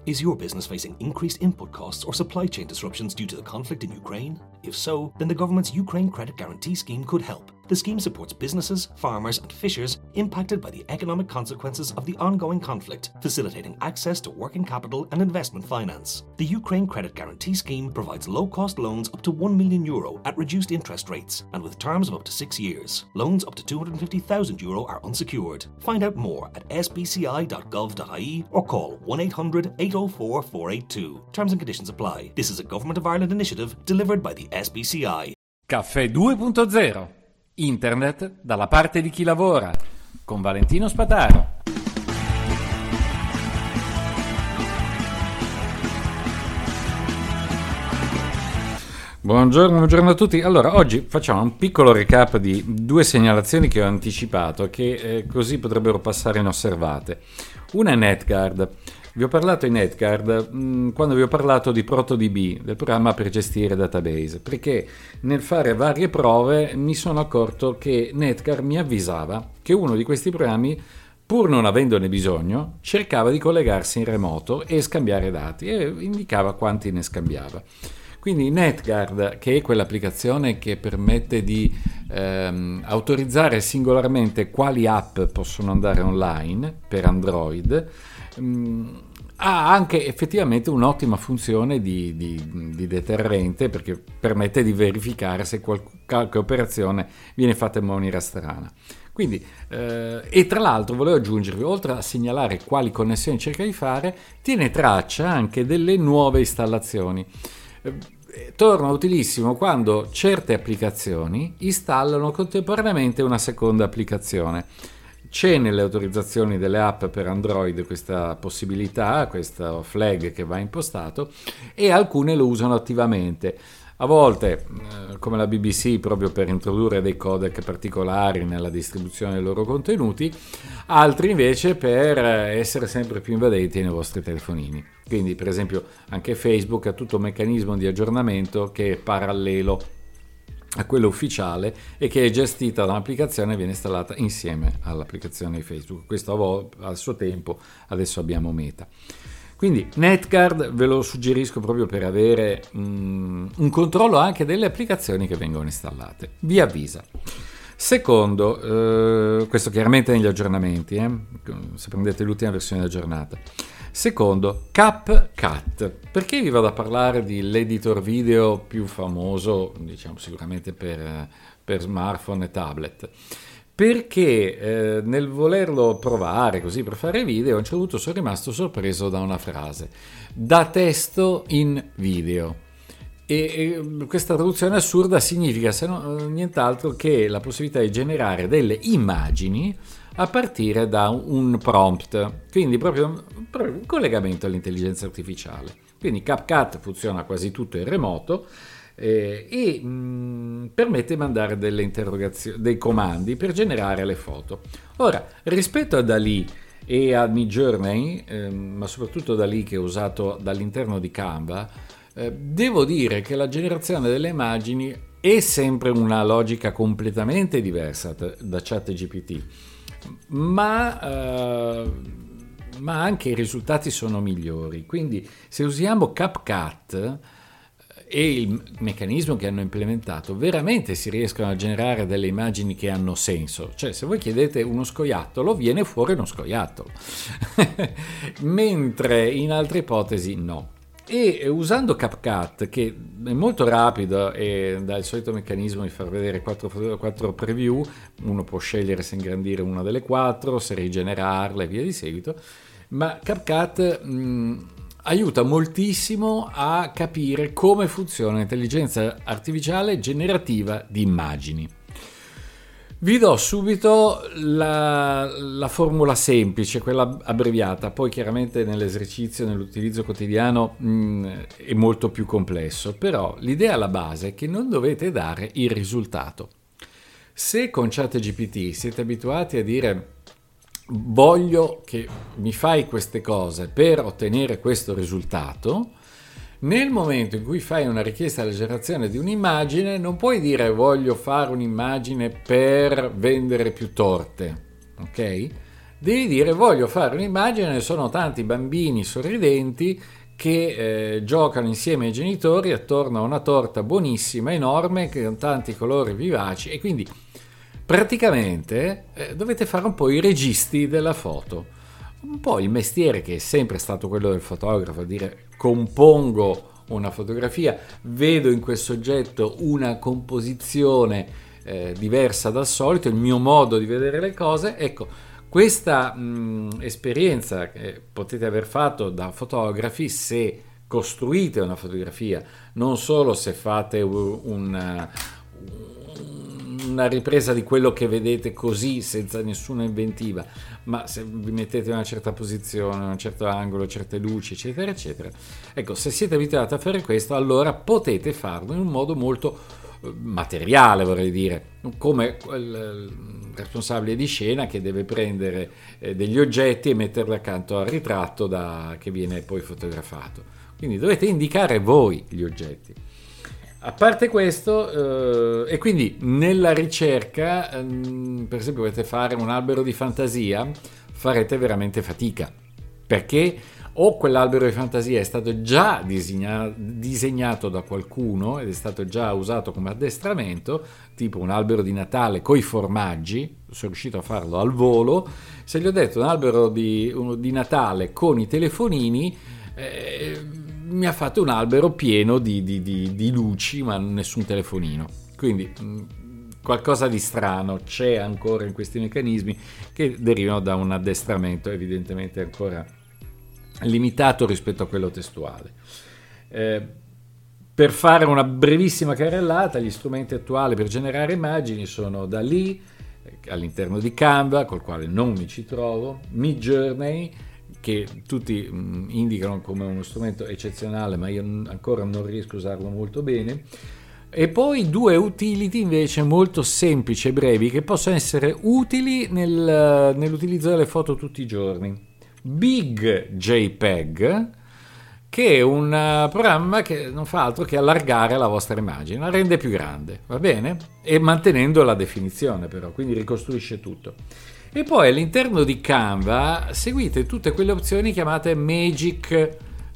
Is your business facing increased input costs or supply chain disruptions due to the conflict in Ukraine? If so, then the government's Ukraine Credit Guarantee Scheme could help. The scheme supports businesses, farmers, and fishers impacted by the economic consequences of the ongoing conflict, facilitating access to working capital and investment finance. The Ukraine Credit Guarantee Scheme provides low-cost loans up to €1 million at reduced interest rates and with terms of up to 6 years. Loans up to €250,000 are unsecured. Find out more at sbci.gov.ie or call 1-800-804-482. Terms and conditions apply. This is a Government of Ireland initiative delivered by the SBCI. Caffè 2.0. Internet dalla parte di chi lavora. Con Valentino Spataro. Buongiorno a tutti. Allora, oggi facciamo un piccolo recap di due segnalazioni che ho anticipato che così potrebbero passare inosservate. Una è NetGuard. Vi ho parlato in NetGuard quando vi ho parlato di ProtoDB, del programma per gestire database, perché nel fare varie prove mi sono accorto che NetGuard mi avvisava che uno di questi programmi, pur non avendone bisogno, cercava di collegarsi in remoto e scambiare dati e indicava quanti ne scambiava. Quindi NetGuard, che è quell'applicazione che permette di autorizzare singolarmente quali app possono andare online per Android, ha anche effettivamente un'ottima funzione di deterrente, perché permette di verificare se qualche operazione viene fatta in maniera strana. Quindi, e tra l'altro volevo aggiungervi, oltre a segnalare quali connessioni cerca di fare, tiene traccia anche delle nuove installazioni. Torna utilissimo quando certe applicazioni installano contemporaneamente una seconda applicazione. C'è nelle autorizzazioni delle app per Android questa possibilità, questo flag che va impostato, e alcune lo usano attivamente. A volte, come la BBC, proprio per introdurre dei codec particolari nella distribuzione dei loro contenuti, altri invece per essere sempre più invadenti nei vostri telefonini. Quindi, per esempio, anche Facebook ha tutto un meccanismo di aggiornamento che è parallelo a quello ufficiale e che è gestita da un'applicazione e viene installata insieme all'applicazione di Facebook. Questo al suo tempo, adesso abbiamo Meta. Quindi NetGuard ve lo suggerisco proprio per avere un controllo anche delle applicazioni che vengono installate. Vi avvisa. Secondo, questo chiaramente negli aggiornamenti, se prendete l'ultima versione aggiornata. Secondo, CapCut. Perché vi vado a parlare dell'editor video più famoso, diciamo sicuramente per smartphone e tablet? Perché nel volerlo provare così per fare video, a un certo punto sono rimasto sorpreso da una frase: da testo in video. E questa traduzione assurda significa nient'altro che la possibilità di generare delle immagini a partire da un prompt, quindi proprio un collegamento all'intelligenza artificiale. Quindi CapCut funziona quasi tutto in remoto e permette di mandare delle interrogazioni, dei comandi per generare le foto. Ora, rispetto a DALL-E e a Midjourney, ma soprattutto DALL-E che è usato dall'interno di Canva, devo dire che la generazione delle immagini è sempre una logica completamente diversa da ChatGPT, ma anche i risultati sono migliori. Quindi se usiamo CapCut e il meccanismo che hanno implementato, veramente si riescono a generare delle immagini che hanno senso. Cioè, se voi chiedete uno scoiattolo, viene fuori uno scoiattolo mentre in altre ipotesi no. E usando CapCut, che è molto rapido e dà il solito meccanismo di far vedere 4 preview, uno può scegliere se ingrandire una delle 4, se rigenerarle e via di seguito, ma CapCut aiuta moltissimo a capire come funziona l'intelligenza artificiale generativa di immagini. Vi do subito la formula semplice, quella abbreviata, poi chiaramente nell'esercizio, nell'utilizzo quotidiano è molto più complesso, però l'idea alla base è che non dovete dare il risultato. Se con ChatGPT siete abituati a dire voglio che mi fai queste cose per ottenere questo risultato, nel momento in cui fai una richiesta alla generazione di un'immagine non puoi dire voglio fare un'immagine per vendere più torte, ok? devi dire voglio fare un'immagine, sono tanti bambini sorridenti che giocano insieme ai genitori attorno a una torta buonissima, enorme, con tanti colori vivaci, e quindi praticamente dovete fare un po' i registi della foto, un po' il mestiere che è sempre stato quello del fotografo, dire compongo una fotografia, vedo in questo oggetto una composizione diversa dal solito, il mio modo di vedere le cose. Ecco, questa esperienza che potete aver fatto da fotografi se costruite una fotografia, non solo se fate una ripresa di quello che vedete così senza nessuna inventiva, ma se vi mettete in una certa posizione, un certo angolo, certe luci, eccetera eccetera. Ecco, se siete abituati a fare questo, allora potete farlo in un modo molto materiale, vorrei dire, come il responsabile di scena che deve prendere degli oggetti e metterli accanto al ritratto che viene poi fotografato. Quindi dovete indicare voi gli oggetti. A parte questo, e quindi nella ricerca, per esempio volete fare un albero di fantasia, farete veramente fatica, perché o quell'albero di fantasia è stato già disegnato da qualcuno ed è stato già usato come addestramento, tipo un albero di Natale coi formaggi, sono riuscito a farlo al volo. Se gli ho detto un albero di Natale con i telefonini, mi ha fatto un albero pieno di luci ma nessun telefonino, quindi qualcosa di strano c'è ancora in questi meccanismi che derivano da un addestramento evidentemente ancora limitato rispetto a quello testuale. Per fare una brevissima carrellata, gli strumenti attuali per generare immagini sono DALL-E all'interno di Canva, col quale non mi ci trovo, Midjourney, che tutti indicano come uno strumento eccezionale, ma io ancora non riesco a usarlo molto bene, e poi due utility invece molto semplici e brevi che possono essere utili nell'utilizzo delle foto tutti i giorni. Big JPEG, che è un programma che non fa altro che allargare la vostra immagine, la rende più grande, va bene? E mantenendo la definizione però, quindi ricostruisce tutto. E poi all'interno di Canva seguite tutte quelle opzioni chiamate Magic,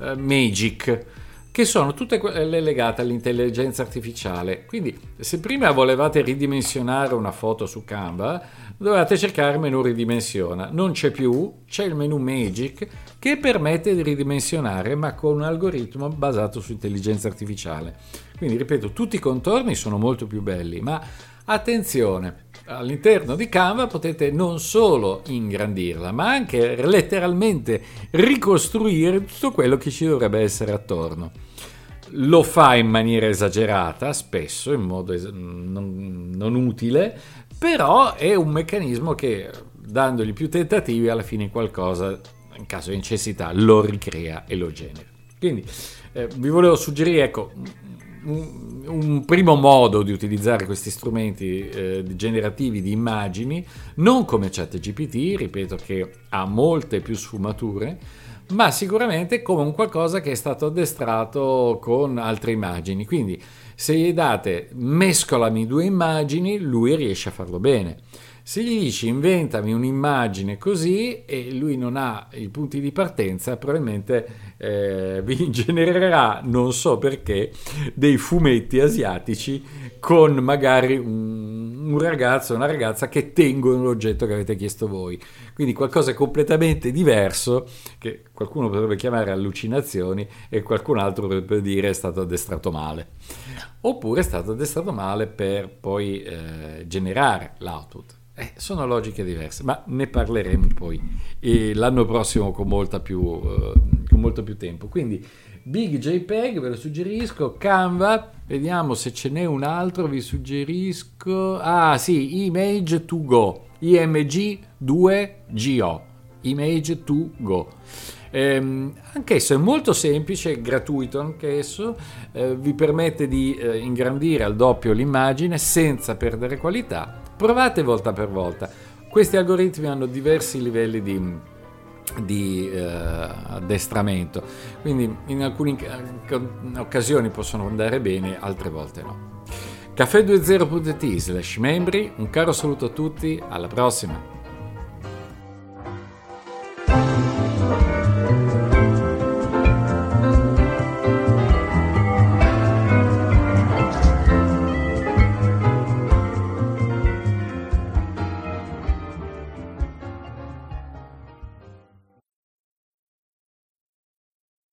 che sono tutte quelle legate all'intelligenza artificiale. Quindi se prima volevate ridimensionare una foto su Canva, dovevate cercare il menu ridimensiona. Non c'è più, c'è il menu Magic che permette di ridimensionare, ma con un algoritmo basato su intelligenza artificiale. Quindi ripeto, tutti i contorni sono molto più belli, ma attenzione, all'interno di Canva potete non solo ingrandirla, ma anche letteralmente ricostruire tutto quello che ci dovrebbe essere attorno. Lo fa in maniera esagerata, spesso in modo non utile, però è un meccanismo che, dandogli più tentativi, alla fine qualcosa, in caso di necessità, lo ricrea e lo genera. Quindi vi volevo suggerire, ecco, un primo modo di utilizzare questi strumenti generativi di immagini, non come ChatGPT, ripeto che ha molte più sfumature, ma sicuramente come un qualcosa che è stato addestrato con altre immagini. Quindi se gli date mescolami due immagini, lui riesce a farlo bene. Se gli dici inventami un'immagine così e lui non ha i punti di partenza, probabilmente vi genererà, non so perché, dei fumetti asiatici con magari un ragazzo o una ragazza che tengono l'oggetto che avete chiesto voi. Quindi qualcosa completamente diverso che qualcuno potrebbe chiamare allucinazioni e qualcun altro potrebbe dire è stato addestrato male. Oppure è stato addestrato male per poi generare l'output. Sono logiche diverse, ma ne parleremo poi l'anno prossimo con molto più tempo. Quindi Big JPEG ve lo suggerisco, Canva, vediamo se ce n'è un altro, vi suggerisco, Image2Go, IMG2GO, Image2Go. Anch'esso è molto semplice, gratuito anch'esso, vi permette di ingrandire al doppio l'immagine senza perdere qualità. Provate volta per volta. Questi algoritmi hanno diversi livelli di addestramento, quindi in alcune occasioni possono andare bene, altre volte no. Caffè20.it/membri, un caro saluto a tutti, alla prossima!